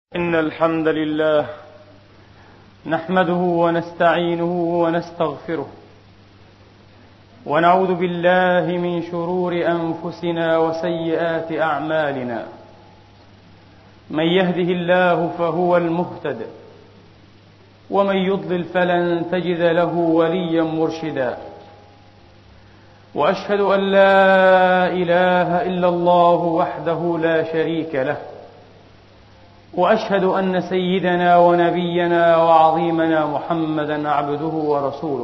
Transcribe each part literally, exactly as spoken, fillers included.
إن الحمد لله نحمده ونستعينه ونستغفره ونعوذ بالله من شرور أنفسنا وسيئات أعمالنا. من يهده الله فهو المهتد ومن يضلل فلن تجد له وليا مرشدا. وأشهد أن لا إله إلا الله وحده لا شريك له، وأشهد أن سيدنا ونبينا وعظيمنا محمدا عبده ورسوله،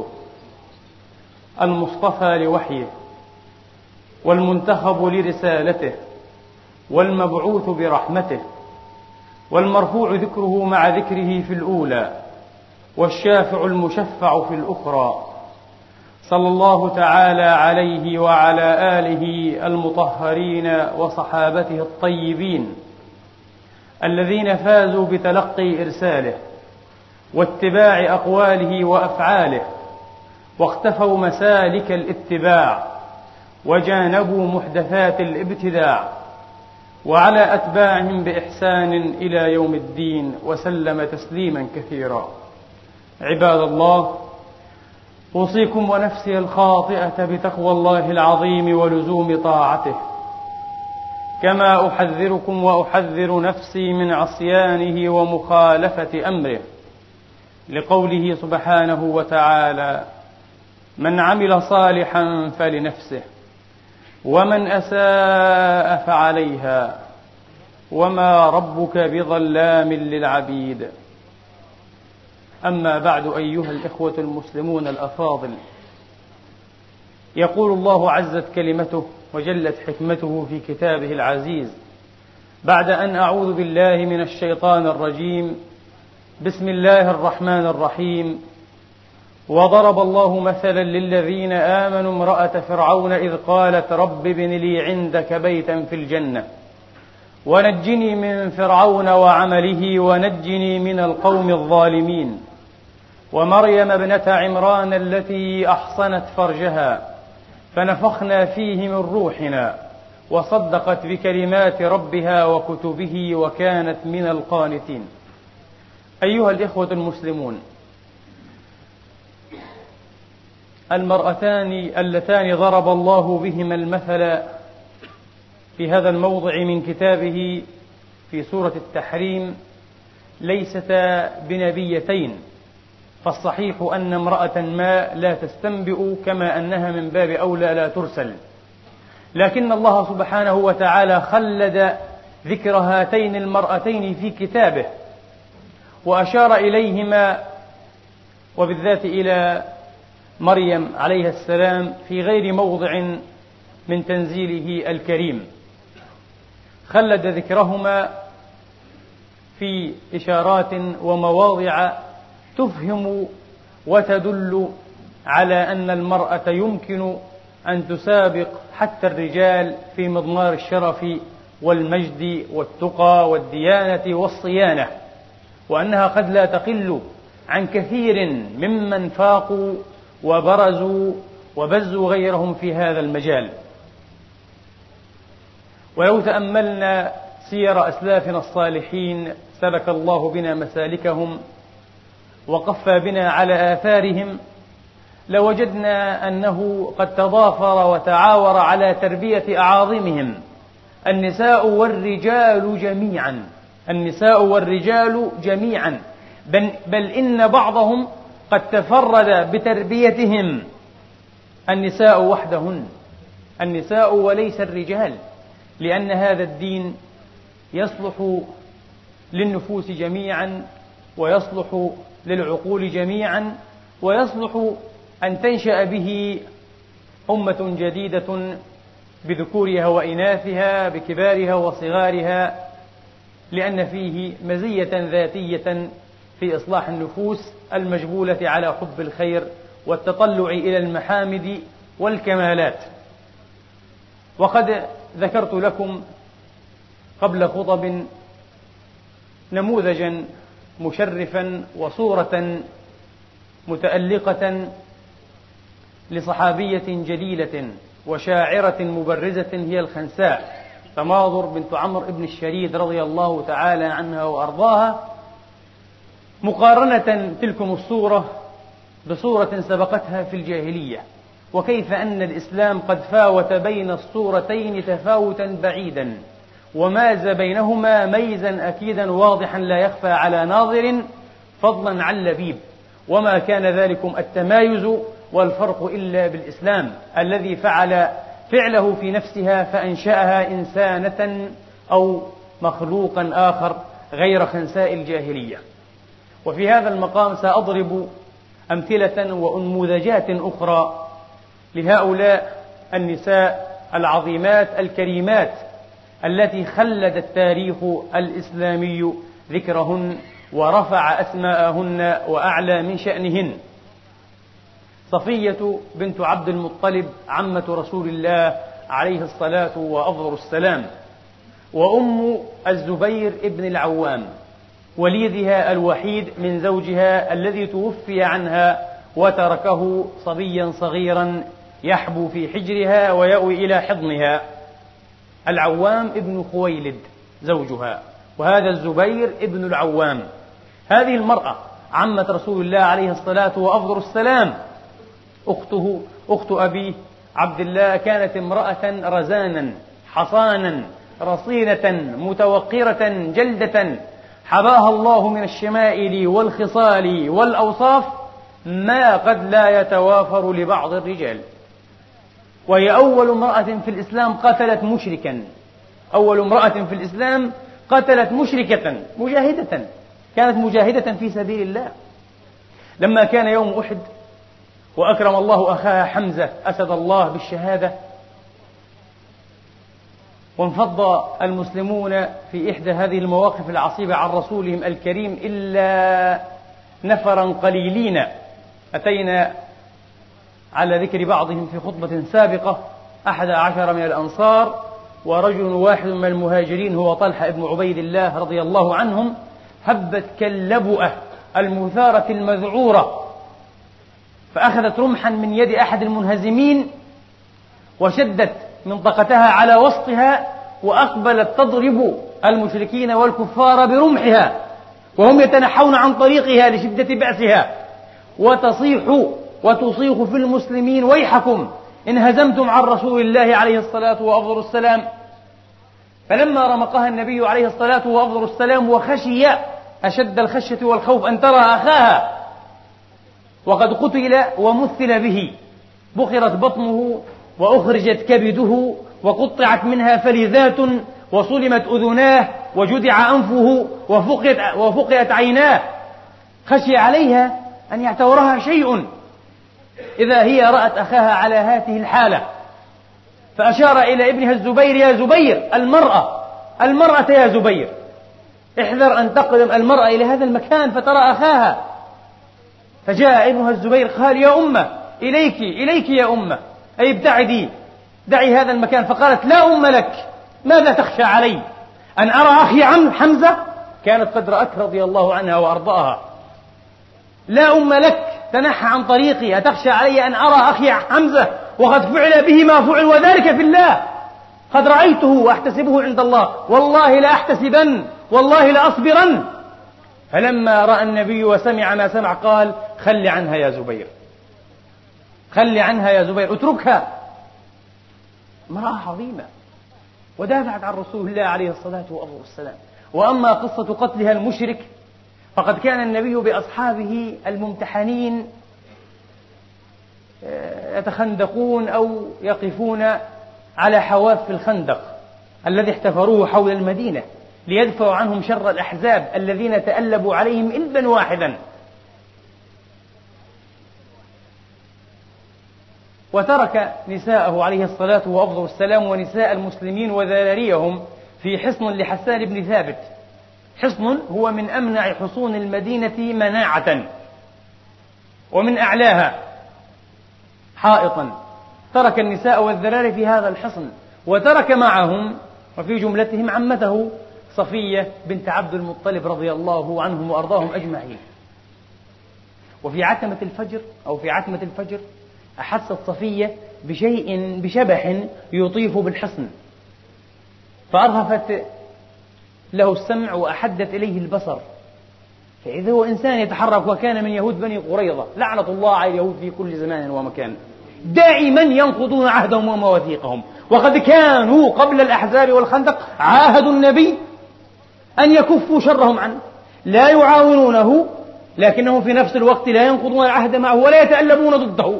المصطفى لوحيه والمنتخب لرسالته والمبعوث برحمته، والمرفوع ذكره مع ذكره في الأولى والشافع المشفع في الأخرى، صلى الله تعالى عليه وعلى آله المطهرين وصحابته الطيبين الذين فازوا بتلقي إرساله واتباع أقواله وأفعاله، واختفوا مسالك الاتباع وجانبوا محدثات الابتداع، وعلى أتباعهم بإحسان إلى يوم الدين، وسلم تسليما كثيرا. عباد الله، أوصيكم ونفسي الخاطئة بتقوى الله العظيم ولزوم طاعته، كما أحذركم وأحذر نفسي من عصيانه ومخالفة أمره، لقوله سبحانه وتعالى: من عمل صالحا فلنفسه ومن أساء فعليها وما ربك بظلام للعبيد. أما بعد، أيها الإخوة المسلمون الأفاضل، يقول الله عزت كلمته وجلت حكمته في كتابه العزيز بعد أن أعوذ بالله من الشيطان الرجيم: بسم الله الرحمن الرحيم. وضرب الله مثلا للذين آمنوا امرأة فرعون إذ قالت رب ابن لي عندك بيتا في الجنة ونجني من فرعون وعمله ونجني من القوم الظالمين. ومريم ابنة عمران التي أحصنت فرجها فنفخنا فيه من روحنا وصدقت بكلمات ربها وكتبه وكانت من القانتين. أيها الإخوة المسلمون، المرأتان اللتان ضرب الله بهما المثل في هذا الموضع من كتابه في سورة التحريم ليستا بنبيتين، فالصحيح أن امرأة ما لا تستنبئ، كما أنها من باب أولى لا ترسل، لكن الله سبحانه وتعالى خلد ذكر هاتين المرأتين في كتابه وأشار إليهما، وبالذات إلى مريم عليه السلام، في غير موضع من تنزيله الكريم. خلد ذكرهما في إشارات ومواضع تفهم وتدل على أن المرأة يمكن أن تسابق حتى الرجال في مضمار الشرف والمجد والتقى والديانة والصيانة، وأنها قد لا تقل عن كثير ممن فاقوا وبرزوا وبزوا غيرهم في هذا المجال. ولو تأملنا سير أسلافنا الصالحين سلك الله بنا مسالكهم وقفى بنا على آثارهم، لوجدنا أنه قد تضافر وتعاور على تربية أعاظمهم، النساء والرجال جميعا، النساء والرجال جميعا، بل إن بعضهم قد تفرد بتربيتهم النساء وحدهن، النساء وليس الرجال، لأن هذا الدين يصلح للنفوس جميعا، ويصلح للعقول جميعا، ويصلح أن تنشأ به أمة جديدة بذكورها وإناثها، بكبارها وصغارها، لأن فيه مزية ذاتية في إصلاح النفوس المجبولة على حب الخير والتطلع إلى المحامد والكمالات. وقد ذكرت لكم قبل خطب نموذجا مشرفا وصورة متألقة لصحابية جليلة وشاعرة مبرزة هي الخنساء تماضر بنت عمرو بن الشريد رضي الله تعالى عنها وأرضاها، مقارنة تلكم الصورة بصورة سبقتها في الجاهلية، وكيف أن الإسلام قد فاوت بين الصورتين تفاوتا بعيدا، وماز بينهما ميزا أكيدا واضحا لا يخفى على ناظر فضلا عن لبيب. وما كان ذلكم التمايز والفرق إلا بالإسلام الذي فعل فعله في نفسها فأنشأها إنسانة أو مخلوقا آخر غير خنساء الجاهلية. وفي هذا المقام سأضرب أمثلة وأنموذجات أخرى لهؤلاء النساء العظيمات الكريمات التي خلد التاريخ الإسلامي ذكرهن ورفع أسماءهن وأعلى من شأنهن. صفية بنت عبد المطلب عمة رسول الله عليه الصلاة وأفضل السلام، وأم الزبير ابن العوام وليدها الوحيد من زوجها الذي توفي عنها وتركه صبيا صغيرا يحبو في حجرها ويأوي إلى حضنها. العوام ابن خويلد زوجها، وهذا الزبير ابن العوام. هذه المرأة عمة رسول الله عليه الصلاة وأفضل السلام، أخته أخت أبيه عبد الله، كانت امرأة رزانا حصانا رصينة متوقرة جلدة، حباها الله من الشمائل والخصال والأوصاف ما قد لا يتوافر لبعض الرجال. وهي أول امرأة في الإسلام قتلت مشركا، أول امرأة في الإسلام قتلت مشركة مجاهدة، كانت مجاهدة في سبيل الله. لما كان يوم أحد وأكرم الله أخاها حمزة أسد الله بالشهادة، وانفض المسلمون في إحدى هذه المواقف العصيبة عن رسولهم الكريم إلا نفرا قليلين. أتينا على ذكر بعضهم في خطبة سابقة أحد عشر من الأنصار ورجل واحد من المهاجرين هو طلحة بن عبيد الله رضي الله عنهم، هبت كاللبؤة المثارة المذعورة، فأخذت رمحا من يد أحد المنهزمين وشدت منطقتها على وسطها وأقبلت تضرب المشركين والكفار برمحها وهم يتنحون عن طريقها لشدة بأسها، وتصيح وتصيح في المسلمين: ويحكم إن هزمتم عن رسول الله عليه الصلاة وأفضل السلام. فلما رمقها النبي عليه الصلاة وأفضل السلام وخشي أشد الخشية والخوف أن ترى أخاها وقد قتل ومثل به، بخرت بطنه وأخرجت كبده وقطعت منها فلذات وصلمت أذناه وجدع أنفه وفقئت, وفقئت عيناه، خشي عليها أن يعتورها شيء إذا هي رأت أخاها على هذه الحالة، فأشار إلى ابنها الزبير: يا زبير، المرأة المرأة يا زبير، احذر أن تقدم المرأة إلى هذا المكان فترى أخاها. فجاء ابنها الزبير قال: يا أمة، إليك إليك يا أمة، أي ابتعدي، دعي هذا المكان. فقالت: لا أم لك، ماذا تخشى علي؟ أن أرى أخي عم حمزة؟ كانت قد رأت رضي الله عنها وأرضاها. لا أم لك، تنحى عن طريقي، أتخشى علي أن أرى أخي حمزة وقد فعل به ما فعل وذلك في الله، قد رأيته وأحتسبه عند الله، والله لا أحتسبن، والله لا أصبرن. فلما رأى النبي وسمع ما سمع قال: خل عنها يا زبير، خل عنها يا زبير، اتركها. امرأة عظيمة ودافعت عن رسول الله عليه الصلاة والسلام. وأما قصة قتلها المشرك فقد كان النبي بأصحابه الممتحنين يتخندقون أو يقفون على حواف الخندق الذي احتفروه حول المدينة ليدفعوا عنهم شر الأحزاب الذين تألبوا عليهم إلبا واحدا. وترك نساءه عليه الصلاة وأفضل السلام ونساء المسلمين وذراريهم في حصن لحسان بن ثابت. حصن هو من أمنع حصون المدينة مناعة، ومن أعلاها حائطا. ترك النساء والذراري في هذا الحصن، وترك معهم وفي جملتهم عمته صفية بنت عبد المطلب رضي الله عنهم وأرضاهم أجمعين. وفي عتمة الفجر أو في عتمة الفجر أحست صفية بشيء بشبح يطيف بالحصن، فأرهفت له السمع وأحدت إليه البصر، فإذا هو إنسان يتحرك، وكان من يهود بني قريظة لعنة الله على اليهود في كل زمان ومكان، دائما ينقضون عهدهم ومواثيقهم، وقد كانوا قبل الأحزاب والخندق عاهدوا النبي أن يكفوا شرهم عنه، لا يعاونونه، لكنهم في نفس الوقت لا ينقضون العهد معه ولا يتألمون ضده.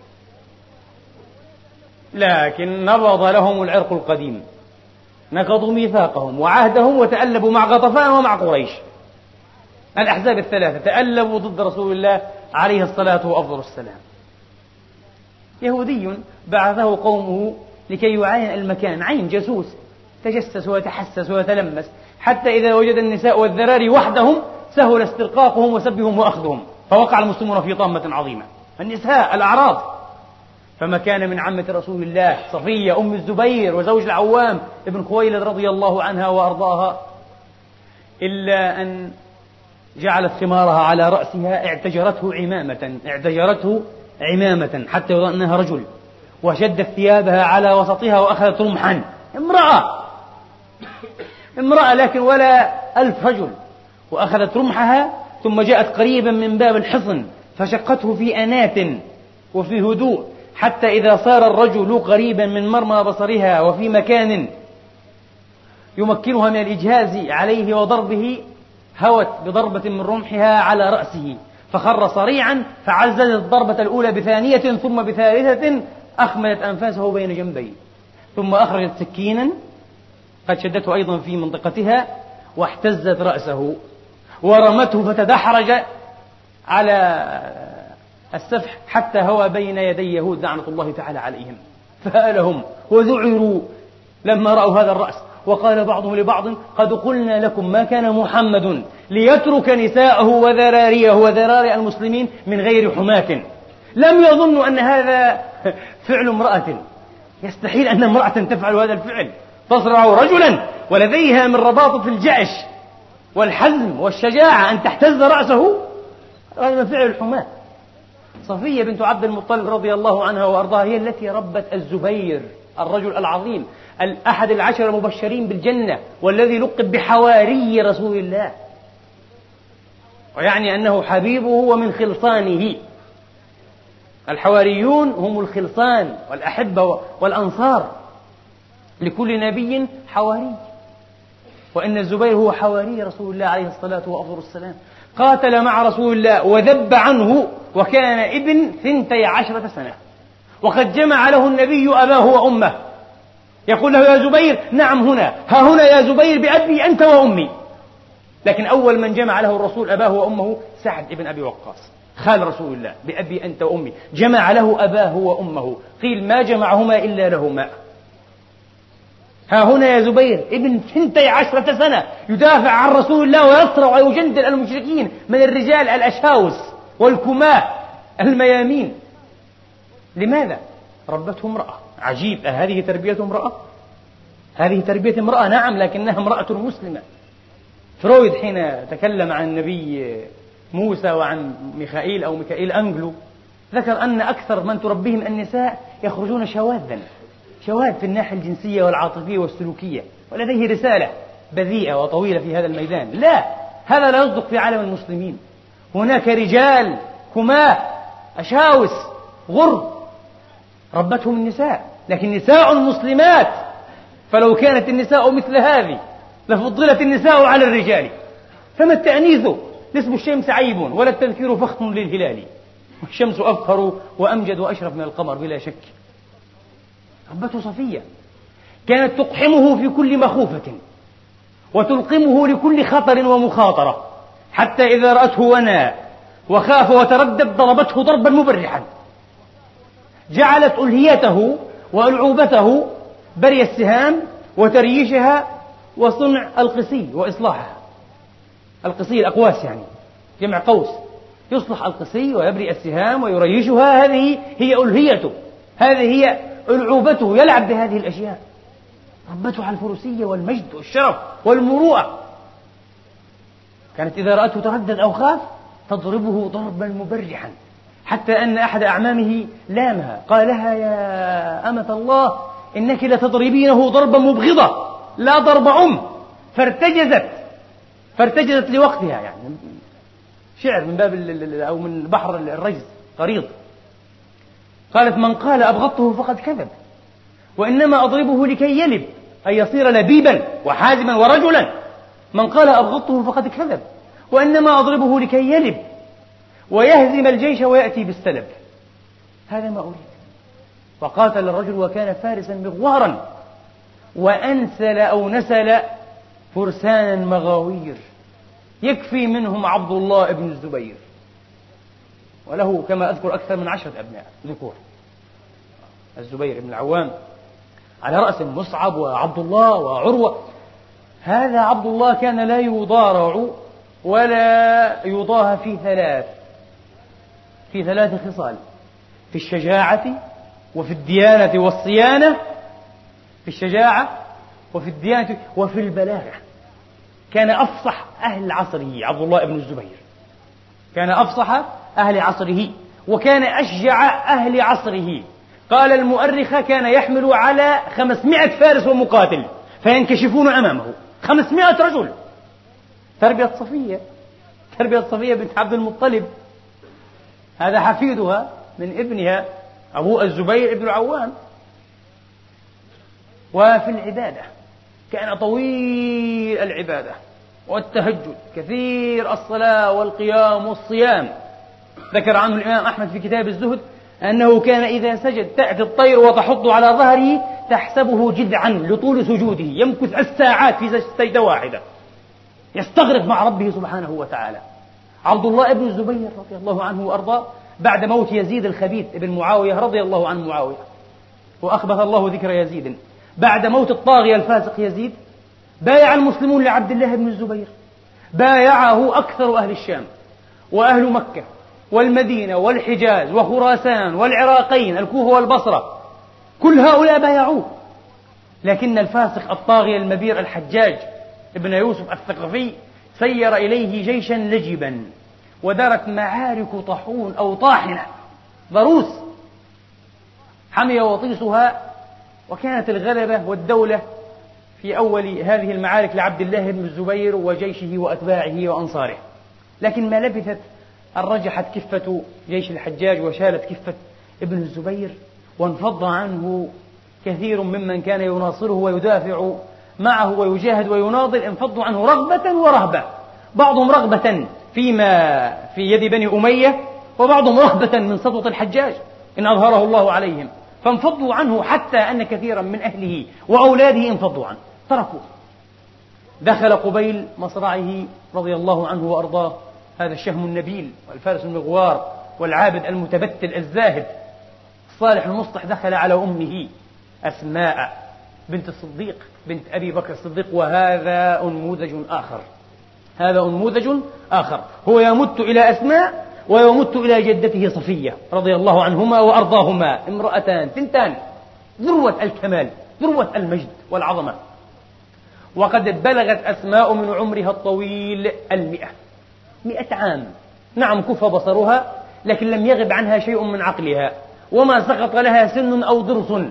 لكن نبض لهم العرق القديم، نقضوا ميثاقهم وعهدهم وتألبوا مع غطفان ومع قريش. الأحزاب الثلاثة تألبوا ضد رسول الله عليه الصلاة وأفضل السلام. يهودي بعثه قومه لكي يعاين المكان، عين جاسوس، تجسس ويتحسس ويتلمس، حتى إذا وجد النساء والذراري وحدهم سهل استرقاقهم وسبهم وأخذهم، فوقع المسلمون في طامة عظيمة. النساء الأعراض، فما كان من عمة رسول الله صفية أم الزبير وزوج العوام ابن خويلد رضي الله عنها وأرضاها إلا أن جعلت ثمارها على رأسها، اعتجرته عمامة اعتجرته عمامة حتى يظن أنها رجل، وشدت ثيابها على وسطها وأخذت رمحا. امرأة امرأة لكن ولا ألف رجل، وأخذت رمحها، ثم جاءت قريبا من باب الحصن فشقته في أنات وفي هدوء، حتى إذا صار الرجل قريبا من مرمى بصرها وفي مكان يمكنها من الإجهاز عليه وضربه، هوت بضربة من رمحها على رأسه فخر صريعا، فعززت الضربة الأولى بثانية ثم بثالثة، أخمدت أنفاسه بين جنبيه، ثم أخرجت سكينا قد شدته أيضا في منطقتها واحتزت رأسه ورمته فتدحرج على السفح حتى هوى بين يدي يهود لعنة الله تعالى عليهم، فآلهم وذعروا لما رأوا هذا الرأس. وقال بعضهم لبعض قد قلنا لكم ما كان محمد ليترك نساءه وذراريه وذراري المسلمين من غير حماة. لم يظنوا أن هذا فعل امرأة، يستحيل أن امرأة تفعل هذا الفعل، تصرع رجلا ولديها من رباطة الجأش والحزم والشجاعة أن تحتز رأسه، هذا من فعل الحماة. صفية بنت عبد المطلب رضي الله عنها وأرضاها هي التي ربت الزبير الرجل العظيم، الأحد العشر المبشرين بالجنة، والذي لقب بحواري رسول الله، ويعني أنه حبيبه ومن خلصانه. الحواريون هم الخلصان والأحبة والأنصار، لكل نبي حواري، وإن الزبير هو حواري رسول الله عليه الصلاة والسلام. قاتل مع رسول الله وذب عنه وكان ابن ثنتي عشرة سنة، وقد جمع له النبي أباه وأمه، يقول له يا زبير نعم هنا، ها هنا يا زبير بأبي أنت وأمي. لكن أول من جمع له الرسول أباه وأمه سعد بن أبي وقاص خال رسول الله، بأبي أنت وأمي، جمع له أباه وأمه، قيل ما جمعهما إلا لهما. ها هنا يا زبير ابن ثنتي عشرة سنة يدافع عن رسول الله ويصرع ويجندل المشركين من الرجال الأشاوس والكماه الميامين. لماذا؟ ربته امرأة. عجيب، هذه تربية امرأة؟ هذه تربية امرأة، نعم، لكنها امرأة مسلمة. فرويد حين تكلم عن النبي موسى وعن ميخائيل أو ميكائيل أنجلو ذكر أن أكثر من تربيهم النساء يخرجون شواذا، شواذ في الناحية الجنسية والعاطفية والسلوكية، ولديه رسالة بذيئة وطويلة في هذا الميدان. لا، هذا لا يصدق في عالم المسلمين. هناك رجال كماه أشاوس غر ربتهم النساء، لكن نساء مسلمات، فلو كانت النساء مثل هذه لفضلت النساء على الرجال. فما التأنيث؟ نسب الشمس عيب ولا التذكير فخم للهلال، والشمس أفخر وأمجد وأشرف من القمر بلا شك. ربته صفية كانت تقحمه في كل مخوفة وتلقمه لكل خطر ومخاطرة، حتى إذا رأته وناء وخاف وتردد ضربته ضربا مبرحا، جعلت ألهيته وألعوبته بري السهام وترييشها وصنع القسي وإصلاحها. القسي الأقواس يعني جمع قوس، يصلح القسي ويبري السهام ويريشها، هذه هي ألهيته، هذه هي ألعوبته، يلعب بهذه الأشياء. ربته على الفروسية والمجد والشرف والمروءة. كانت إذا رأته تردد أو خاف تضربه ضربا مبرحا، حتى أن أحد أعمامه لامها قال لها يا أمة الله إنك لتضربينه ضربا مبغضة، لا ضرب أم، فارتجزت فارتجزت لوقتها، يعني شعر من باب أو من بحر الرجز قريض. قالت: من قال أبغضته فقد كذب، وإنما أضربه لكي يلب، أي يصير لبيبا وحازما ورجلا. من قال أبغضته فقد كذب، وإنما أضربه لكي يلب ويهزم الجيش ويأتي بالسلب. هذا ما أريد. فقاتل الرجل وكان فارسا مغوارا، وأنسل أو نسل فرسانا مغاوير، يكفي منهم عبد الله بن الزبير، وله كما أذكر أكثر من عشرة أبناء ذكور. الزبير بن العوام على رأس مصعب وعبد الله وعروة. هذا عبد الله كان لا يضارع ولا يضاهى في ثلاث في ثلاث خصال: في الشجاعة وفي الديانة والصيانة، في الشجاعة وفي الديانة وفي البلاغة. كان أفصح أهل عصره عبد الله بن الزبير، كان أفصح أهل عصره، وكان أشجع أهل عصره. قال المؤرخ: كان يحمل على خمسمائة فارس ومقاتل فينكشفون أمامه، خمسمائة رجل. تربية صفية تربية صفية بنت عبد المطلب، هذا حفيدها من ابنها أبو الزبير بن العوام. وفي العبادة كان طويل العبادة والتهجد، كثير الصلاة والقيام والصيام. ذكر عنه الإمام أحمد في كتاب الزهد أنه كان إذا سجد تأتي الطير وتحط على ظهره تحسبه جذعا لطول سجوده، يمكث الساعات في سجدة واحدة، يستغرق مع ربه سبحانه وتعالى. عبد الله بن الزبير رضي الله عنه وأرضاه بعد موت يزيد الخبيث ابن معاوية رضي الله عنه معاوية، وأخبث الله ذكر يزيد، بعد موت الطاغية الفاسق يزيد بايع المسلمون لعبد الله بن الزبير، بايعه أكثر أهل الشام وأهل مكة والمدينة والحجاز وخراسان والعراقين الكوفة والبصرة، كل هؤلاء بايعوه. لكن الفاسق الطاغية المبير الحجاج ابن يوسف الثقفي سير إليه جيشا لجبا، ودارت معارك طاحون أو طاحنة ضروس حمي وطيسها، وكانت الغلبة والدولة في أول هذه المعارك لعبد الله بن الزبير وجيشه وأتباعه وأنصاره. لكن ما لبثت أن رجحت كفة جيش الحجاج وشالت كفة ابن الزبير، وانفض عنه كثير ممن كان يناصره ويدافع معه ويجاهد ويناضل، انفضوا عنه رغبة ورهبة، بعضهم رغبة فيما في يد بني أمية، وبعضهم رهبة من سطوة الحجاج إن أظهره الله عليهم، فانفضوا عنه حتى أن كثيرا من أهله وأولاده انفضوا عنه، تركوه. دخل قبيل مصرعه رضي الله عنه وأرضاه هذا الشهم النبيل والفارس المغوار والعابد المتبتل الزاهد الصالح المصلح، دخل على أمه أسماء بنت الصديق بنت أبي بكر الصديق، وهذا أنموذج آخر هذا أنموذج آخر هو يمت إلى أسماء ويمت إلى جدته صفية رضي الله عنهما وأرضاهما، امرأتان تنتان ذروة الكمال، ذروة المجد والعظمة. وقد بلغت أسماء من عمرها الطويل المئة مئة عام، نعم كف بصرها لكن لم يغب عنها شيء من عقلها، وما سقط لها سن أو ضرس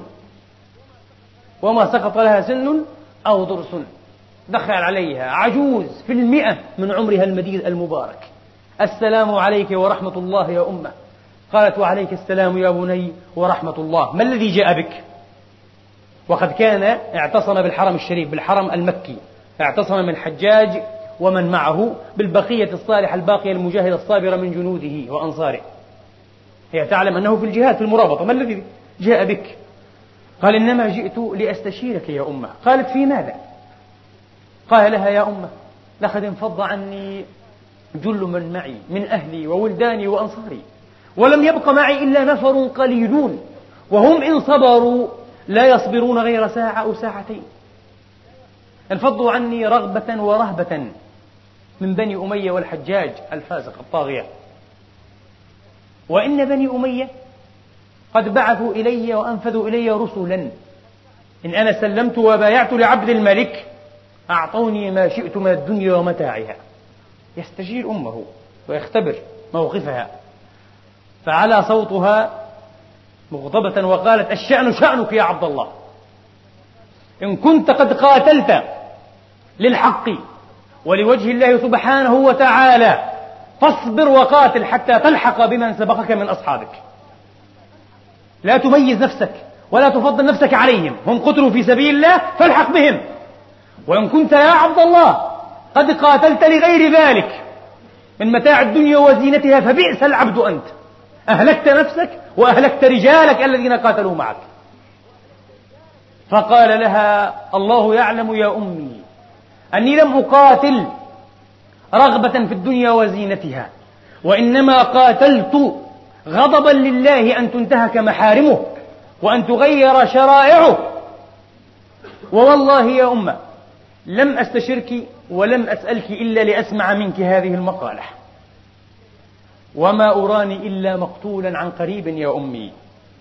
وما سقط لها سن أو ضرس. دخل عليها عجوز في المئة من عمرها المديد المبارك: السلام عليك ورحمة الله يا أمة. قالت: وعليك السلام يا بني ورحمة الله، ما الذي جاء بك؟ وقد كان اعتصم بالحرم الشريف، بالحرم المكي، اعتصم من الحجاج ومن معه بالبقية الصالحة الباقية المجاهدة الصابرة من جنوده وأنصاره. هي تعلم أنه في الجهاد في المرابطة، ما الذي جاء بك؟ قال: إنما جئت لأستشيرك يا أمة. قالت: في ماذا؟ قال لها: يا أمة، لقد انفض عني جل من معي من أهلي وولداني وأنصاري، ولم يبق معي إلا نفر قليلون، وهم إن صبروا لا يصبرون غير ساعة أو ساعتين. انفضوا عني رغبة ورهبة من بني أمية والحجاج الفاسق الطاغية، وإن بني أمية قد بعثوا إلي وأنفذوا إلي رسلا، إن أنا سلمت وبايعت لعبد الملك أعطوني ما شئت من الدنيا ومتاعها. يستجير أمه ويختبر موقفها، فعلى صوتها مغضبة وقالت: الشأن شأنك يا عبد الله، إن كنت قد قاتلت للحق ولوجه الله سبحانه وتعالى فاصبر وقاتل حتى تلحق بمن سبقك من أصحابك. لا تميز نفسك ولا تفضل نفسك عليهم، هم قتلوا في سبيل الله فالحق بهم. وإن كنت يا عبد الله قد قاتلت لغير ذلك من متاع الدنيا وزينتها فبئس العبد أنت، أهلكت نفسك وأهلكت رجالك الذين قاتلوا معك. فقال لها: الله يعلم يا أمي أني لم أقاتل رغبة في الدنيا وزينتها، وإنما قاتلت غضبا لله أن تنتهك محارمه وأن تغير شرائعه. ووالله يا أمة لم أستشرك ولم أسألك إلا لأسمع منك هذه المقالة، وما أراني إلا مقتولا عن قريب يا أمي.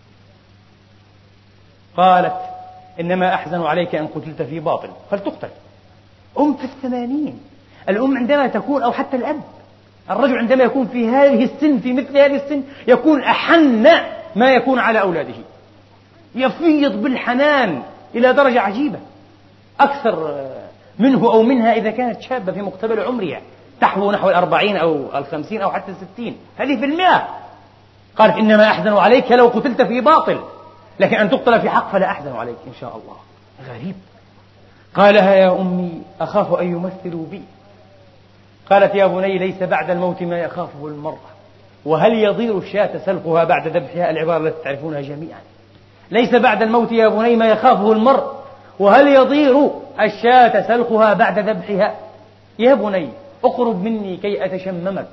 قالت: إنما أحزن عليك أن قتلت في باطل، فلتقتل. أم في الثمانين، الأم عندما تكون، أو حتى الأب، الرجل عندما يكون في هذه السن، في مثل هذه السن، يكون أحن ما يكون على أولاده، يفيض بالحنان إلى درجة عجيبة، أكثر منه أو منها إذا كانت شابة في مقتبل عمرها تحوى نحو الأربعين أو الخمسين أو حتى الستين، هذه في المئة. قالت: إنما أحزن عليك لو قتلت في باطل، لكن أن تقتل في حق فلا أحزن عليك إن شاء الله. غريب. قالها: يا أمي أخاف أن يمثلوا بي. قالت: يا بني ليس بعد الموت ما يخافه المرء، وهل يضير الشاة سلقها بعد ذبحها؟ العبارة التي تعرفونها جميعا. ليس بعد الموت يا بني ما يخافه المرء، وهل يضير الشاة سلقها بعد ذبحها؟ يا بني اقرب مني كي أتشممك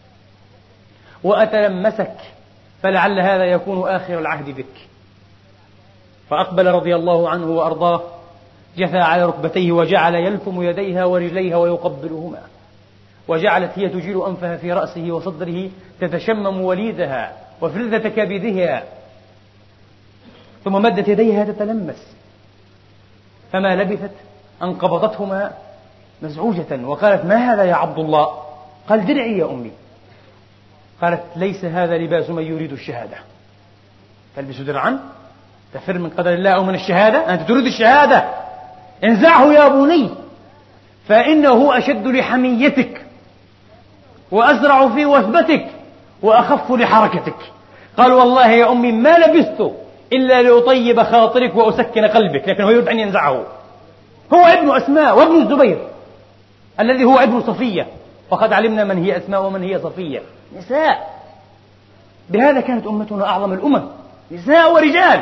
وأتلمسك، فلعل هذا يكون آخر العهد بك. فأقبل رضي الله عنه وأرضاه، جثى على ركبتيه وجعل يلفم يديها ورجليها ويقبلهما، وجعلت هي تجيل أنفها في رأسه وصدره تتشمم وليدها وفلذة كبدها، ثم مدت يديها تتلمس، فما لبثت أن قبضتهما مزعوجة وقالت: ما هذا يا عبد الله؟ قال: درعي يا أمي. قالت: ليس هذا لباس من يريد الشهادة. تلبس درعا تفر من قدر الله أو من الشهادة؟ أنت تريد الشهادة، انزعه يا بني، فإنه أشد لحميتك وأزرع في وثبتك وأخف لحركتك. قال: والله يا أمي ما لبثت إلا لأطيب خاطرك وأسكن قلبك، لكن هو يريد أن ينزعه. هو ابن أسماء وابن الزبير الذي هو ابن صفية، وقد علمنا من هي أسماء ومن هي صفية، نساء. بهذا كانت أمتنا أعظم الأمم، نساء ورجال.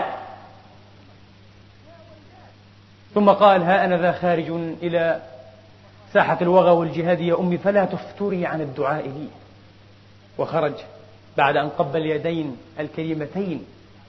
ثم قال: ها أنا ذا خارج إلى ساحة الوغى والجهاد يا أمي، فلا تفتري عن الدعاء لي. وخرج بعد أن قبل اليدين الكريمتين،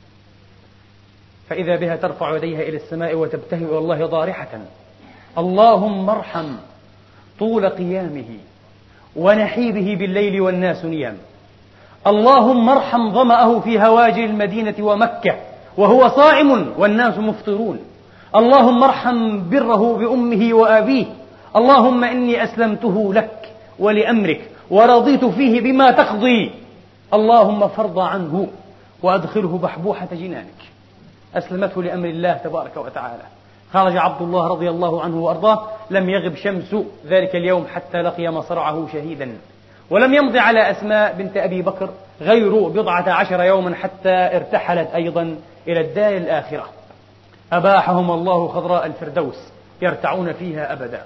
فإذا بها ترفع يديها إلى السماء وتبتهل والله ضارحة: اللهم ارحم طول قيامه ونحيبه بالليل والناس نيام، اللهم ارحم ظمأه في هواجر المدينة ومكة وهو صائم والناس مفطرون، اللهم ارحم بره بأمه وأبيه، اللهم إني أسلمته لك ولأمرك ورضيت فيه بما تقضي، اللهم فارض عنه وأدخله بحبوحة جنانك. أسلمته لأمر الله تبارك وتعالى. خرج عبد الله رضي الله عنه وأرضاه، لم يغب شمس ذلك اليوم حتى لقي مصرعه شهيدا، ولم يمضي على أسماء بنت أبي بكر غير بضعة عشر يوما حتى ارتحلت أيضا إلى الدار الآخرة. أباحهم الله خضراء الفردوس يرتعون فيها أبدا.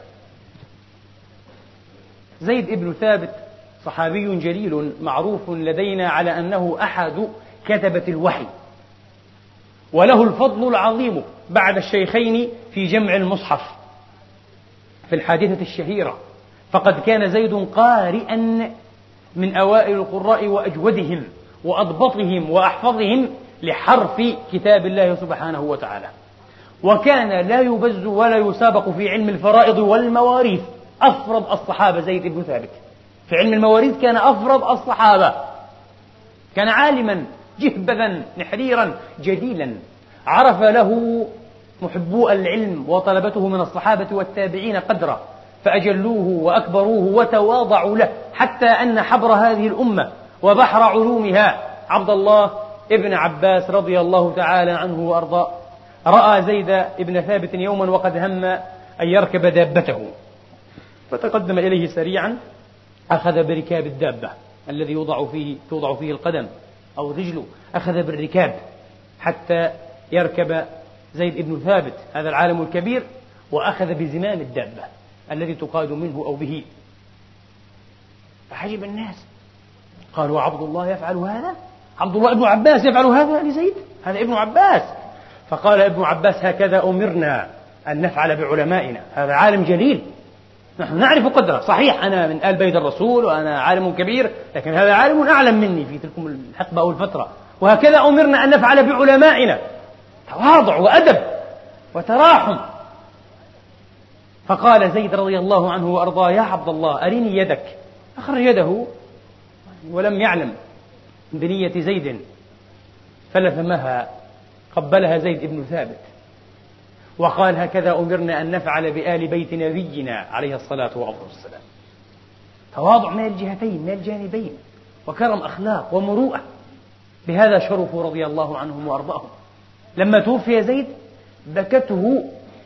زيد ابن ثابت صحابي جليل معروف لدينا على أنه أحد كتبة الوحي، وله الفضل العظيم بعد الشيخين في جمع المصحف في الحادثة الشهيرة، فقد كان زيد قارئا من أوائل القراء وأجودهم وأضبطهم وأحفظهم لحرف كتاب الله سبحانه وتعالى، وكان لا يبز ولا يسابق في علم الفرائض والمواريث. أفرض الصحابة زيد بن ثابت في علم المواريث، كان أفرض الصحابة، كان عالما جهبذا نحريرا جديلا، عرف له محبو العلم وطلبته من الصحابة والتابعين قدره، فأجلوه وأكبروه وتواضعوا له، حتى أن حبر هذه الأمة وبحر علومها عبد الله ابن عباس رضي الله تعالى عنه وأرضاه رأى زيد بن ثابت يوما وقد هم أن يركب دابته، فتقدم إليه سريعا، أخذ بركاب الدابة الذي يوضع فيه توضع فيه القدم أو رجله، أخذ بالركاب حتى يركب زيد بن ثابت هذا العالم الكبير، وأخذ بزمام الدابة الذي تقاد منه أو به. فعجب الناس، قالوا عبد الله يفعل هذا؟ عبد الله ابن عباس يفعل هذا لزيد؟ هذا ابن عباس. فقال ابن عباس: هكذا أمرنا أن نفعل بعلمائنا، هذا عالم جليل، نحن نعرف قدره، صحيح أنا من آل بيت الرسول وأنا عالم كبير، لكن هذا عالم أعلم مني في تلك الحقبة أو الفترة، وهكذا أمرنا أن نفعل بعلمائنا. تواضع وأدب وتراحم. فقال زيد رضي الله عنه وأرضاه: يا عبد الله أرني يدك. أخرج يده ولم يعلم بنية زيد، فلثمها، قبلها زيد بن ثابت وقال: هكذا أمرنا أن نفعل بآل بيت نبينا عليه الصلاة والسلام. تواضع من الجهتين، من الجانبين، وكرم أخلاق ومروءة. بهذا شرفوا رضي الله عنهم وأرضاهم. لما توفي زيد بكته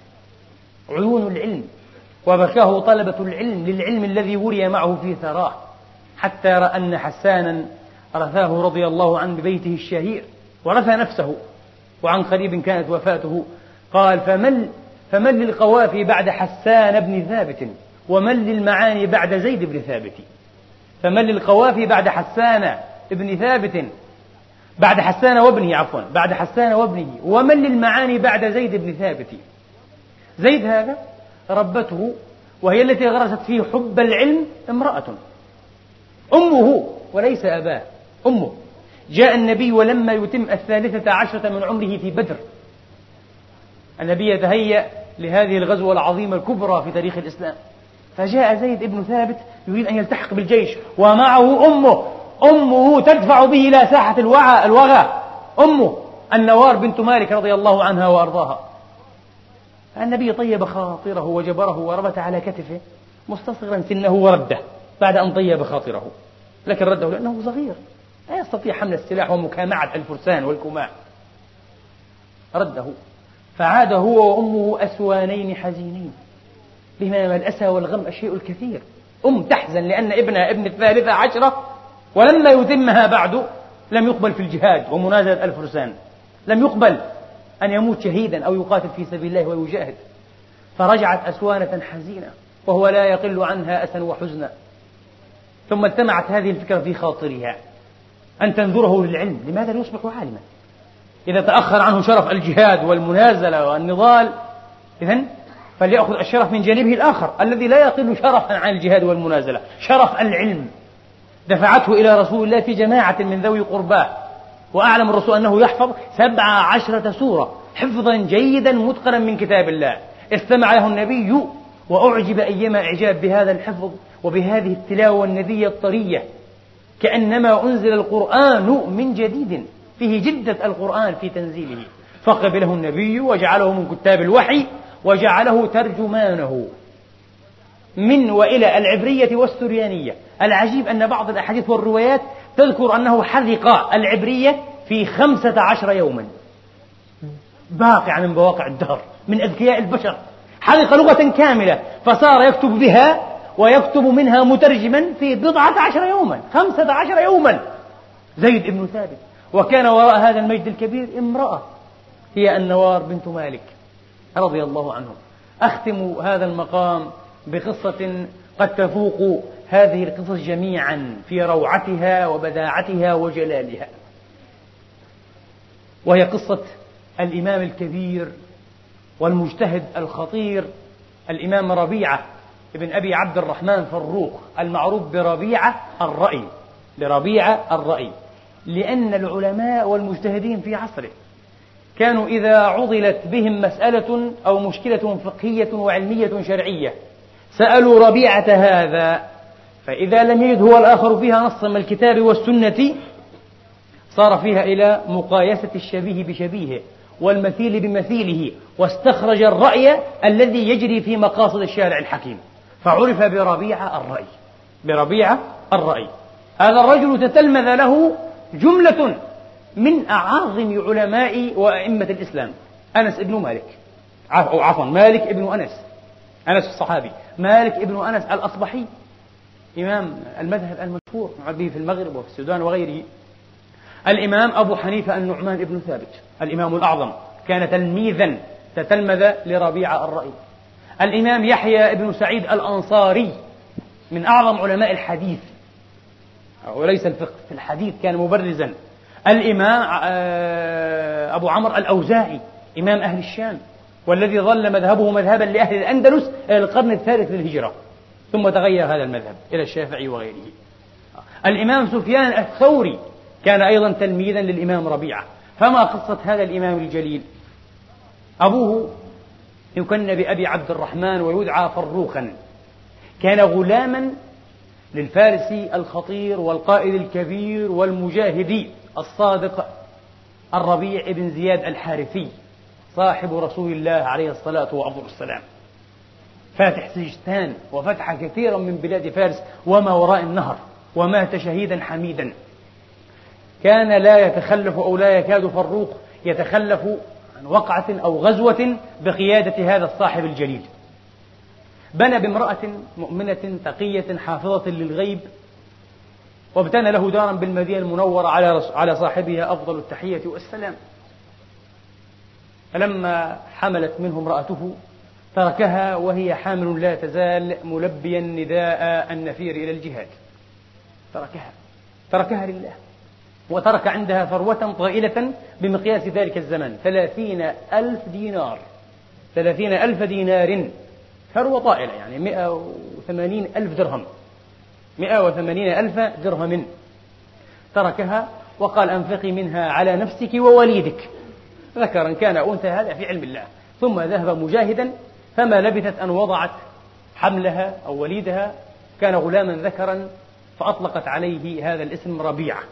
عيون العلم، وبكاه طلبة العلم للعلم الذي وري معه في ثراه، حتى رأى أن حسانا رثاه رضي الله عنه ببيته الشهير، ورثى نفسه، وعن قريب كانت وفاته. قال: فمن فمن للقوافي بعد حسان بن ثابت، ومن للمعاني بعد زيد بن ثابت. فمن للقوافي بعد حسان بن ثابت، بعد حسان وابنه عفوا بعد حسان وابنه، ومن للمعاني بعد زيد بن ثابت. زيد هذا ربته، وهي التي غرست فيه حب العلم، امرأة أمه وليس أباه، أمه. جاء النبي ولما يتم الثالثة عشرة من عمره في بدر، النبي يتهيأ لهذه الغزوة العظيمة الكبرى في تاريخ الإسلام، فجاء زيد بن ثابت يريد أن يلتحق بالجيش، ومعه أمه، أمه تدفع به إلى ساحة الوعى الوغى، أمه النوار بنت مالك رضي الله عنها وأرضاها. النبي طيب خاطره وجبره وربت على كتفه مستصغرا سنه ورده بعد أن طيب خاطره، لكن رده لأنه صغير لا يستطيع حمل السلاح ومكامعة الفرسان والكماع، رده. فعاد هو وأمه أسوانين حزينين، بهما من الأسى والغم الشيء الكثير. أم تحزن لأن ابنها ابن الثالثة عشرة ولما يتمها بعد لم يقبل في الجهاد ومنازلة الفرسان، لم يقبل أن يموت شهيدا أو يقاتل في سبيل الله ويجاهد. فرجعت أسوانة حزينة وهو لا يقل عنها أسا وحزنا. ثم التمعت هذه الفكرة في خاطرها أن تنذره للعلم. لماذا لا يصبح عالما؟ إذا تأخر عنه شرف الجهاد والمنازلة والنضال، إذن فليأخذ الشرف من جانبه الآخر الذي لا يقل شرفا عن الجهاد والمنازلة، شرف العلم. دفعته إلى رسول الله في جماعة من ذوي قرباه، وأعلم الرسول أنه يحفظ سبع عشرة سورة حفظا جيدا متقنا من كتاب الله. استمع له النبي وأعجب أيما إعجاب بهذا الحفظ وبهذه التلاوة الندية الطرية، كأنما أنزل القرآن من جديد، فيه جدة القرآن في تنزيله. فقبله النبي وجعله من كتاب الوحي وجعله ترجمانه من وإلى العبرية والسريانية. العجيب أن بعض الأحاديث والروايات تذكر أنه حذق العبرية في خمسة عشر يوما، باقع من بواقع الدهر، من أذكياء البشر، حذق لغة كاملة فصار يكتب بها ويكتب منها مترجما في بضعة عشر يوما، خمسة عشر يوما. زيد بن ثابت. وكان وراء هذا المجد الكبير امرأة هي النوار بنت مالك رضي الله عنهم. أختم هذا المقام بقصة قد تفوق هذه القصص جميعا في روعتها وبداعتها وجلالها، وهي قصة الإمام الكبير والمجتهد الخطير الإمام ربيعة ابن أبي عبد الرحمن فروخ، المعروف بربيعة الرأي، بربيعة الرأي، لأن العلماء والمجتهدين في عصره كانوا إذا عضلت بهم مسألة أو مشكلة فقهية وعلمية شرعية سألوا ربيعة هذا، فإذا لم يجد هو الآخر فيها نصا من الكتاب والسنة صار فيها إلى مقايسة الشبيه بشبيهه والمثيل بمثيله، واستخرج الرأي الذي يجري في مقاصد الشارع الحكيم، فعرف بربيعة الرأي، بربيعة الرأي. هذا الرجل تتلمذ له جملة من أعاظم علماء وأئمة الإسلام، أنس ابن مالك، أو عفوا مالك ابن أنس، أنس الصحابي، مالك ابن أنس الأصبحي إمام المذهب المشهور به في المغرب وفي السودان وغيره. الإمام أبو حنيفة النعمان ابن ثابت الإمام الأعظم، كان تلميذا تتلمذ لربيعة الرأي. الإمام يحيى ابن سعيد الأنصاري من أعظم علماء الحديث وليس الفقه، في الحديث كان مبرزا. الإمام أبو عمرو الأوزاعي إمام أهل الشام، والذي ظل مذهبه مذهبا لأهل الأندلس إلى القرن الثالث للهجرة، ثم تغير هذا المذهب إلى الشافعي وغيره. الإمام سفيان الثوري كان أيضا تلميذا للإمام ربيعة. فما قصة هذا الإمام الجليل؟ أبوه يكن بأبي عبد الرحمن ويدعى فروخا، كان غلاما للفارسي الخطير والقائد الكبير والمجاهد الصادق الربيع بن زياد الحارثي، صاحب رسول الله عليه الصلاة والسلام، فاتح سجستان وفتح كثيرا من بلاد فارس وما وراء النهر، ومات شهيدا حميدا. كان لا يتخلف أو لا يكاد فروخ يتخلف عن وقعة أو غزوة بقيادة هذا الصاحب الجليل. بنى بامرأة مؤمنة تقية حافظة للغيب، وابتنى له دارا بالمدينة المنورة على على صاحبها أفضل التحية والسلام. فلما حملت منه امرأته تركها وهي حامل لا تزال ملبيا نداء النفير إلى الجهاد، تركها تركها لله، وترك عندها ثروة طائلة بمقياس ذلك الزمان ثلاثين ألف دينار، ثلاثين ألف دينار، ثروة طائلة، يعني مئة وثمانين ألف درهم، مئة وثمانين ألف درهم. تركها وقال أنفقي منها على نفسك ووليدك، ذكرا كان أنثى، هذا في علم الله. ثم ذهب مجاهدا، فما لبثت أن وضعت حملها أو وليدها، كان غلاما ذكرا، فأطلقت عليه هذا الاسم ربيعة.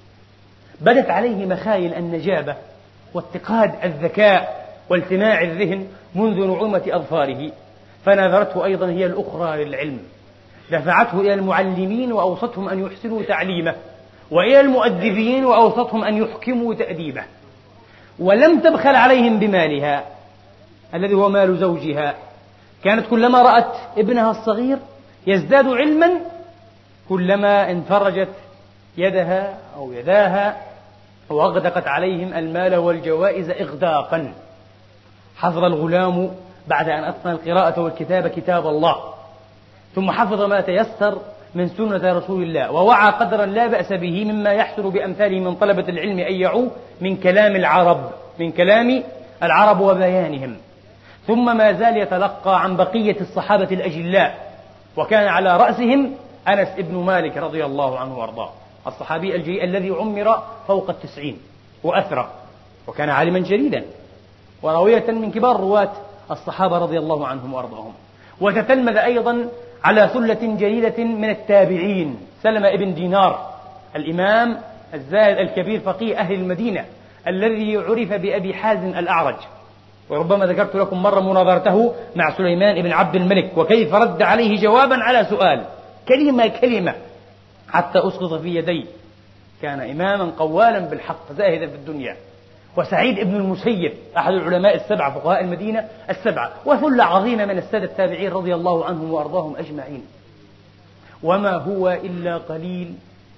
بدت عليه مخايل النجابة واتقاد الذكاء والتماع الذهن منذ نعومة أظفاره، فناظرته أيضا هي الأخرى للعلم، دفعته إلى المعلمين وأوصتهم أن يحسنوا تعليمه، وإلى المؤدبين وأوصتهم أن يحكموا تأديبه، ولم تبخل عليهم بمالها الذي هو مال زوجها. كانت كلما رأت ابنها الصغير يزداد علما كلما انفرجت يدها أو يداها وأغدقت عليهم المال والجوائز إغداقا. حفظ الغلام بعد أن أتقن القراءة والكتابة كتاب الله، ثم حفظ ما تيسر من سنة رسول الله، ووعى قدرا لا بأس به مما يحصل بأمثاله من طلبة العلم أن يعوا من كلام العرب من كلام العرب وبيانهم. ثم ما زال يتلقى عن بقية الصحابة الأجلاء، وكان على رأسهم أنس ابن مالك رضي الله عنه وارضاه، الصحابي الجليل الذي عمر فوق التسعين وأثرى، وكان عالما جليلا وراوية من كبار رواة الصحابة رضي الله عنهم وارضاهم. وتتلمذ أيضا على ثلة جليلة من التابعين، سلمة ابن دينار الإمام الزاهد الكبير فقيه أهل المدينة، الذي عرف بأبي حازم الأعرج، وربما ذكرت لكم مرة مناظرته مع سليمان بن عبد الملك وكيف رد عليه جوابا على سؤال، كلمة كلمة حتى أسقط في يديه. كان إماما قوالا بالحق زاهدا في الدنيا. وسعيد ابن المسيب أحد العلماء السبعة فقهاء المدينة السبعة، وثلة عظيمة من السادة التابعين رضي الله عنهم وأرضاهم أجمعين. وما هو إلا قليل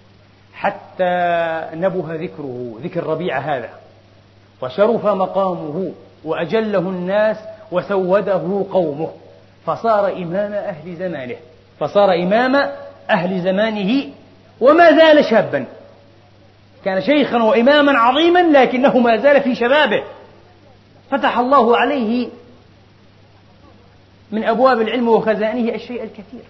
حتى نبه ذكره، ذكر ربيعة هذا، وشرف مقامه وأجله الناس وسوده قومه، فصار إمام أهل زمانه فصار إمام أهل زمانه وما زال شابا. كان شيخا وإماما عظيما لكنه ما زال في شبابه، فتح الله عليه من أبواب العلم وخزائنه الشيء الكثير.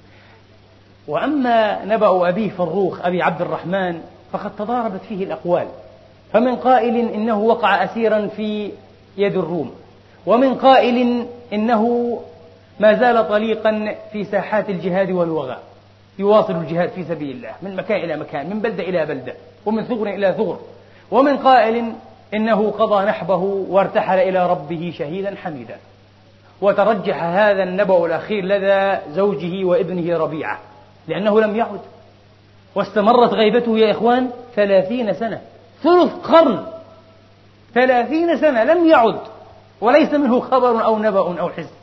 وأما نبأ أبيه فروخ أبي عبد الرحمن فقد تضاربت فيه الأقوال، فمن قائل إنه وقع أسيرا في يد الروم، ومن قائل إنه ما زال طليقا في ساحات الجهاد والوغى يواصل الجهاد في سبيل الله من مكان إلى مكان، من بلدة إلى بلدة، ومن ثغر إلى ثغر. ومن قائل إنه قضى نحبه وارتحل إلى ربه شهيدا حميدا. وترجح هذا النبأ الأخير لدى زوجه وابنه ربيعة، لأنه لم يعد، واستمرت غيبته يا إخوان ثلاثين سنة، ثلث قرن، ثلاثين سنة لم يعد، وليس منه خبر أو نبأ أو حس.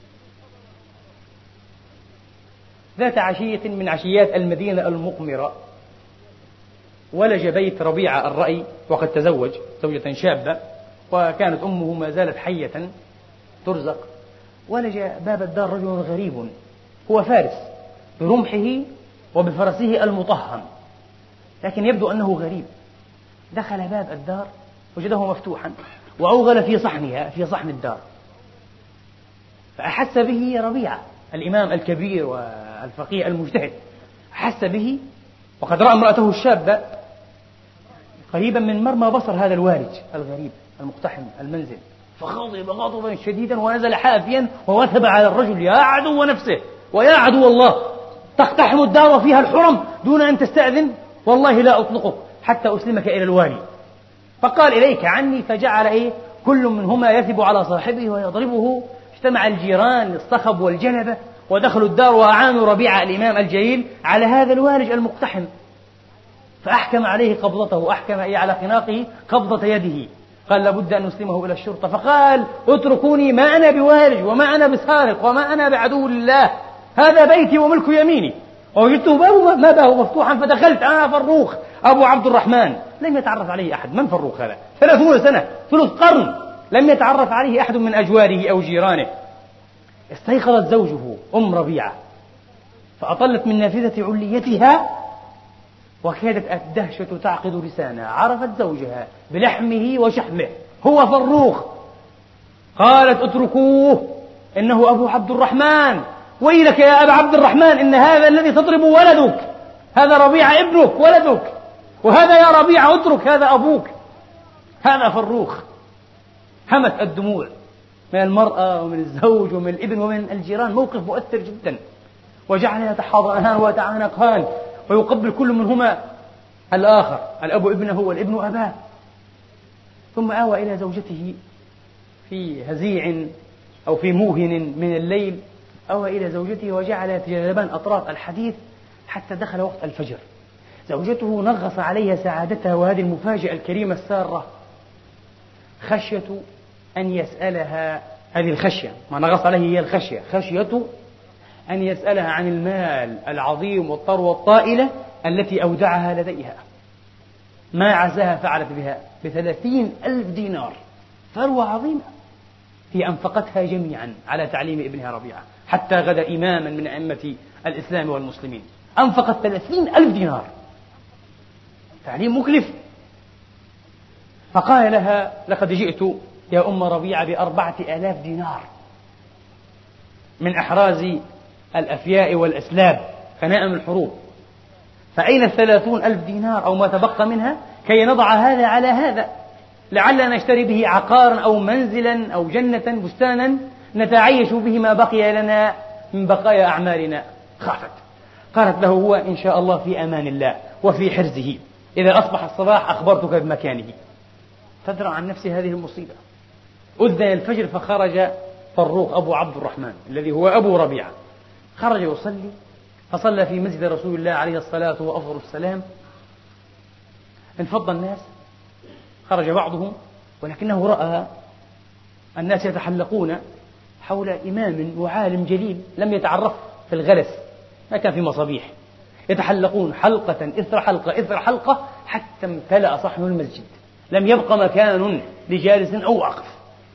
ذات عشية من عشيات المدينة المقمرة ولج بيت ربيعة الرأي، وقد تزوج زوجة شابة وكانت أمه ما زالت حية ترزق. ولج باب الدار رجل غريب، هو فارس برمحه وبفرسه المطهم، لكن يبدو أنه غريب. دخل باب الدار وجده مفتوحا وأوغل في صحنها في صحن الدار، فأحس به ربيعة الإمام الكبير والفقيه المجتهد، أحس به وقد رأى امرأته الشابة قريبا من مرمى بصر هذا الوالج الغريب المقتحم المنزل، فغضب غضبا شديدا ونزل حافيا ووثب على الرجل: يا عدو نفسه ويا عدو الله، تقتحم الدار وفيها الحرم دون أن تستأذن؟ والله لا أطلقك حتى أسلمك إلى الوالي. فقال: إليك عني. فجعل إيه كل منهما يثب على صاحبه ويضربه. اجتمع الجيران للصخب والجلبة ودخلوا الدار وأعانوا ربيعة الإمام الجليل على هذا الوالج المقتحم، فأحكم عليه قبضته، أحكم إيه على خناقه قبضة يده. قال: لابد أن نسلمه إلى الشرطة. فقال: اتركوني، ما أنا بوالج وما أنا بسارق وما أنا بعدو لله، هذا بيتي وملك يميني. ووجدته بابه ما بابه مفتوحا فدخلت أنا فروخ أبو عبد الرحمن. لم يتعرف عليه أحد. من فروخ هذا؟ ثلاثون سنة، ثلث قرن لم يتعرف عليه أحد من أجواره أو جيرانه. استيقظت زوجه أم ربيعة فأطلت من نافذة عليتها وكادت الدهشة تعقد لسانها. عرفت زوجها بلحمه وشحمه، هو فروخ. قالت: اتركوه، إنه أبو عبد الرحمن. ويلك يا أبا عبد الرحمن، إن هذا الذي تضرب ولدك، هذا ربيعة ابنك ولدك، وهذا يا ربيعة اترك، هذا أبوك، هذا فروخ. همت الدموع من المرأة ومن الزوج ومن الابن ومن الجيران، موقف مؤثر جدا. وجعل يتحاضنان ويتعانقان ويقبل كل منهما الآخر، الأب ابنه والابن أباه. ثم آوى إلى زوجته في هزيع أو في موهن من الليل، أوى إلى زوجته وجعل يتجاذبان أطراف الحديث حتى دخل وقت الفجر. زوجته نغص عليها سعادتها، وهذه المفاجأة الكريمة السارة، خشية أن يسألها، هذه الخشية ما نغص عليه هي الخشية، خشية أن يسألها عن المال العظيم والثروة الطائلة التي أودعها لديها. ما عزاها فعلت بها بثلاثين ألف دينار، ثروة عظيمة هي أنفقتها جميعا على تعليم ابنها ربيعة حتى غدا إماما من أئمة الإسلام والمسلمين. أنفقت ثلاثين ألف دينار، تعليم مكلف. فقال لها: لقد جئت يا أم ربيعة بأربعة آلاف دينار من أحراز الأفياء والأسلاب، غنائم الحروب، فأين الثلاثون ألف دينار أو ما تبقى منها كي نضع هذا على هذا، لعلنا نشتري به عقارا أو منزلا أو جنة بستانا نتعيش به ما بقي لنا من بقايا أعمالنا. خافت. قالت له: هو إن شاء الله في أمان الله وفي حرزه، إذا أصبح الصباح أخبرتك بمكانه. تدرى عن نفسه هذه المصيبة. أذن الفجر فخرج فروخ أبو عبد الرحمن الذي هو أبو ربيعة، خرج يصلي، فصلى في مسجد رسول الله عليه الصلاة وأفضل السلام. انفض الناس، خرج بعضهم، ولكنه رأى الناس يتحلقون حول إمام وعالم جليل لم يتعرف في الغلس، ما كان في مصابيح، يتحلقون حلقة إثر حلقة إثر حلقة حتى امتلأ صحن المسجد، لم يبق مكان لجالس أو واقف.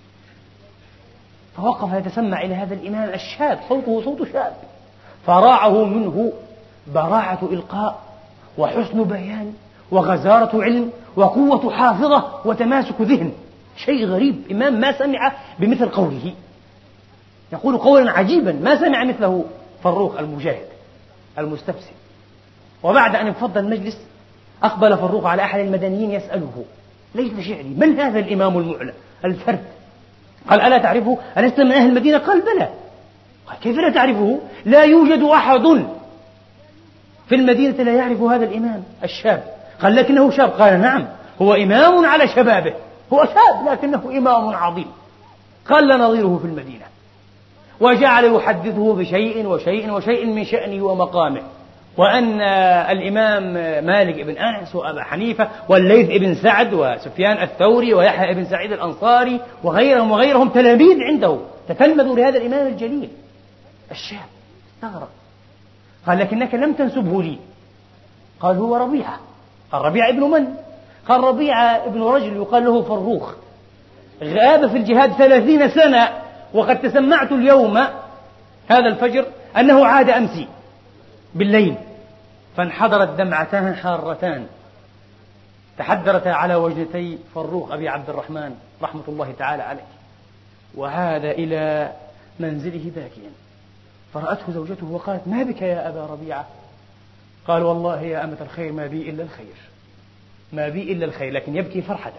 فوقف يتسمع إلى هذا الإمام الشاب، صوته صوت شاب، فراعه منه براعة إلقاء وحسن بيان وغزارة علم وقوة حافظة وتماسك ذهن، شيء غريب. إمام ما سمع بمثل قوله، يقول قولا عجيبا ما سمع مثله فروخ المجاهد المستفسر. وبعد أن انفض المجلس أقبل فروخ على أحد المدنيين يسأله: ليس شعري، من هذا الإمام المعلى الفرد؟ قال: ألا تعرفه؟ ألست من أهل المدينة؟ قال: بلى. قال: كيف لا تعرفه؟ لا يوجد أحد في المدينة لا يعرف هذا الإمام الشاب. قال: لكنه شاب. قال: نعم، هو إمام على شبابه، هو شاب لكنه إمام عظيم، قال: لا نظيره في المدينة. وجعل يحدثه بشيء وشيء وشيء من شأنه ومقامه، وأن الإمام مالك بن أنس وأبا حنيفة والليث بن سعد وسفيان الثوري ويحيى بن سعيد الأنصاري وغيرهم وغيرهم تلاميذ عنده تتلمذوا لهذا الإمام الجليل. الشاب استغرب، قال: لكنك لم تنسبه لي. قال: هو ربيعة. قال: ربيعة ابن من؟ قال: ربيعة ابن رجل يقال له فروخ، غاب في الجهاد ثلاثين سنة، وقد تسمعت اليوم هذا الفجر أنه عاد أمسي بالليل. فانحدرت دمعتان حارتان تحدرتا على وجنتي فروخ أبي عبد الرحمن رحمة الله تعالى عليه، وعاد إلى منزله باكيا. فرأته زوجته وقالت: ما بك يا أبا ربيعة؟ قال: والله يا أمة الخير ما بي إلا الخير، ما بي إلا الخير، لكن يبكي فرحة.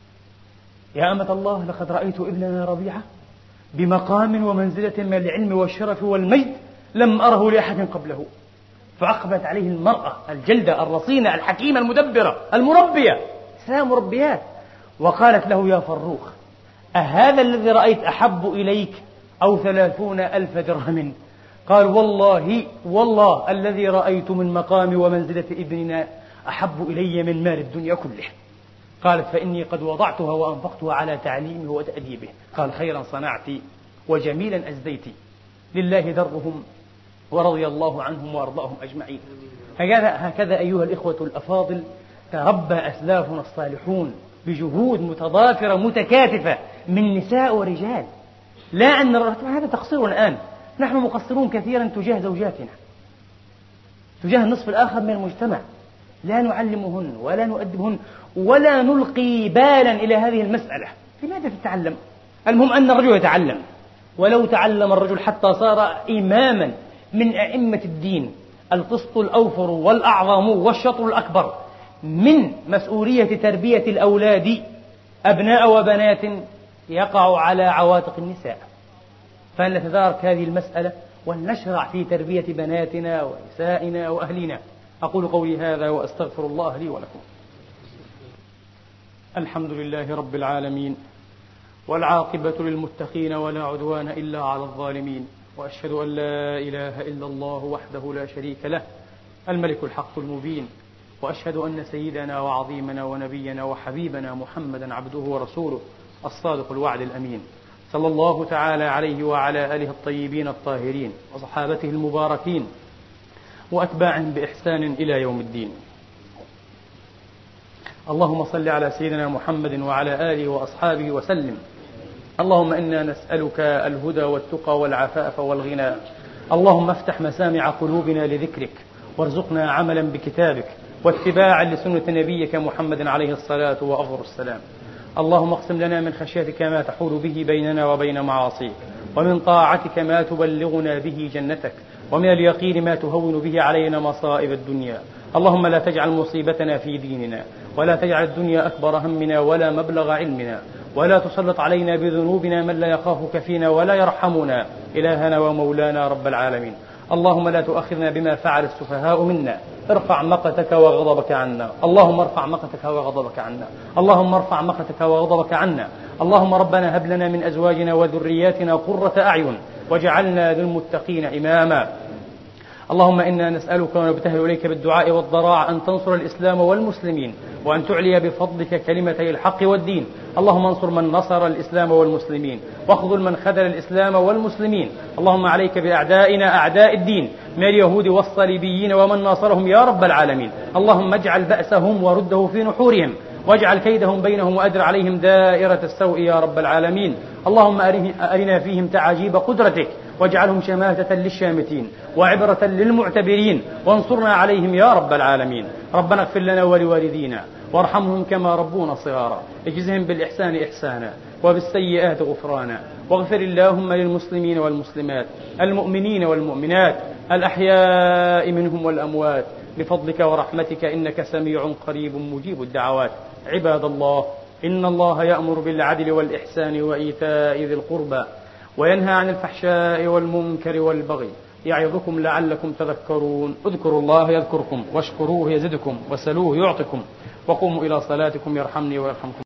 يا أمة الله، لقد رأيت ابننا ربيعة بمقام ومنزلة من العلم والشرف والمجد لم أره لأحد قبله. فأقبلت عليه المرأة الجلدة الرصينة الحكيمة المدبرة المربية، ثلاث مربيات، وقالت له: يا فروخ، أهذا الذي رأيت أحب إليك أو ثلاثون ألف درهم؟ قال: والله والله الذي رأيت من مقام ومنزلة ابننا أحب إلي من مال الدنيا كله. قالت: فإني قد وضعتها وأنفقتها على تعليمه وتأديبه. قال: خيرا صنعت وجميلا أزديت، لله درهم ورضي الله عنهم وأرضاهم أجمعين. هكذا هكذا أيها الإخوة الأفاضل تربى أسلافنا الصالحون بجهود متضافرة متكاتفة من نساء ورجال. لا أن هذا تقصير الآن، نحن مقصرون كثيرا تجاه زوجاتنا، تجاه النصف الآخر من المجتمع، لا نعلمهن ولا نؤدبهن ولا نلقي بالا إلى هذه المسألة. لماذا تتعلم؟ المهم أن الرجل يتعلم، ولو تعلم الرجل حتى صار إماما من أئمة الدين، القسط الأوفر والأعظم والشطر الأكبر من مسؤولية تربية الأولاد أبناء وبنات يقع على عواتق النساء. فلنتدارك هذه المسألة ولنشرع في تربية بناتنا ونسائنا وأهلنا. أقول قولي هذا وأستغفر الله لي ولكم. الحمد لله رب العالمين، والعاقبة للمتقين ولا عدوان إلا على الظالمين، وأشهد أن لا إله إلا الله وحده لا شريك له الملك الحق المبين، وأشهد أن سيدنا وعظيمنا ونبينا وحبيبنا محمدا عبده ورسوله الصادق الوعد الأمين، صلى الله تعالى عليه وعلى آله الطيبين الطاهرين وصحابته المباركين وأتباعهم بإحسان إلى يوم الدين. اللهم صل على سيدنا محمد وعلى آله وأصحابه وسلم. اللهم إنا نسألك الهدى والتقى والعفاف والغنى. اللهم افتح مسامع قلوبنا لذكرك، وارزقنا عملا بكتابك واتباعا لسنة نبيك محمد عليه الصلاة وأفضل السلام. اللهم اقسم لنا من خشيتك ما تحول به بيننا وبين معاصيك، ومن طاعتك ما تبلغنا به جنتك، ومن اليقين ما تهون به علينا مصائب الدنيا. اللهم لا تجعل مصيبتنا في ديننا، ولا تجعل الدنيا أكبر همنا ولا مبلغ علمنا، ولا تسلط علينا بذنوبنا من لا يخافك فينا ولا يرحمنا، إلهنا ومولانا رب العالمين. اللهم لا تؤاخذنا بما فعل السفهاء منا، ارفع مقتك وغضبك عنا. اللهم ارفع مقتك وغضبك عنا. اللهم ارفع مقتك وغضبك عنا. اللهم ربنا هب لنا من أزواجنا وذرياتنا قرة أعين واجعلنا للمتقين إماما. اللهم إنا نسألك ونبتهل إليك بالدعاء والضراع أن تنصر الإسلام والمسلمين، وأن تعلي بفضلك كلمتي الحق والدين. اللهم انصر من نصر الإسلام والمسلمين، واخذل من خذل الإسلام والمسلمين. اللهم عليك بأعدائنا أعداء الدين من اليهود والصليبيين ومن ناصرهم يا رب العالمين. اللهم اجعل بأسهم ورده في نحورهم، واجعل كيدهم بينهم وأدر عليهم دائرة السوء يا رب العالمين. اللهم أرنا فيهم تعاجيب قدرتك، واجعلهم شماتة للشامتين وعبرة للمعتبرين، وانصرنا عليهم يا رب العالمين. ربنا اغفر لنا ولوالدينا وارحمهم كما ربونا صغارا، اجزهم بالإحسان إحسانا وبالسيئات غفرانا. واغفر اللهم للمسلمين والمسلمات، المؤمنين والمؤمنات، الأحياء منهم والأموات، بفضلك ورحمتك إنك سميع قريب مجيب الدعوات. عباد الله، إن الله يأمر بالعدل والإحسان وإيتاء ذي القربى، وينهى عن الفحشاء والمنكر والبغي، يعظكم لعلكم تذكرون. اذكروا الله يذكركم، واشكروه يزدكم، وسلوه يعطكم، وقوموا إلى صلاتكم يرحمني ويرحمكم.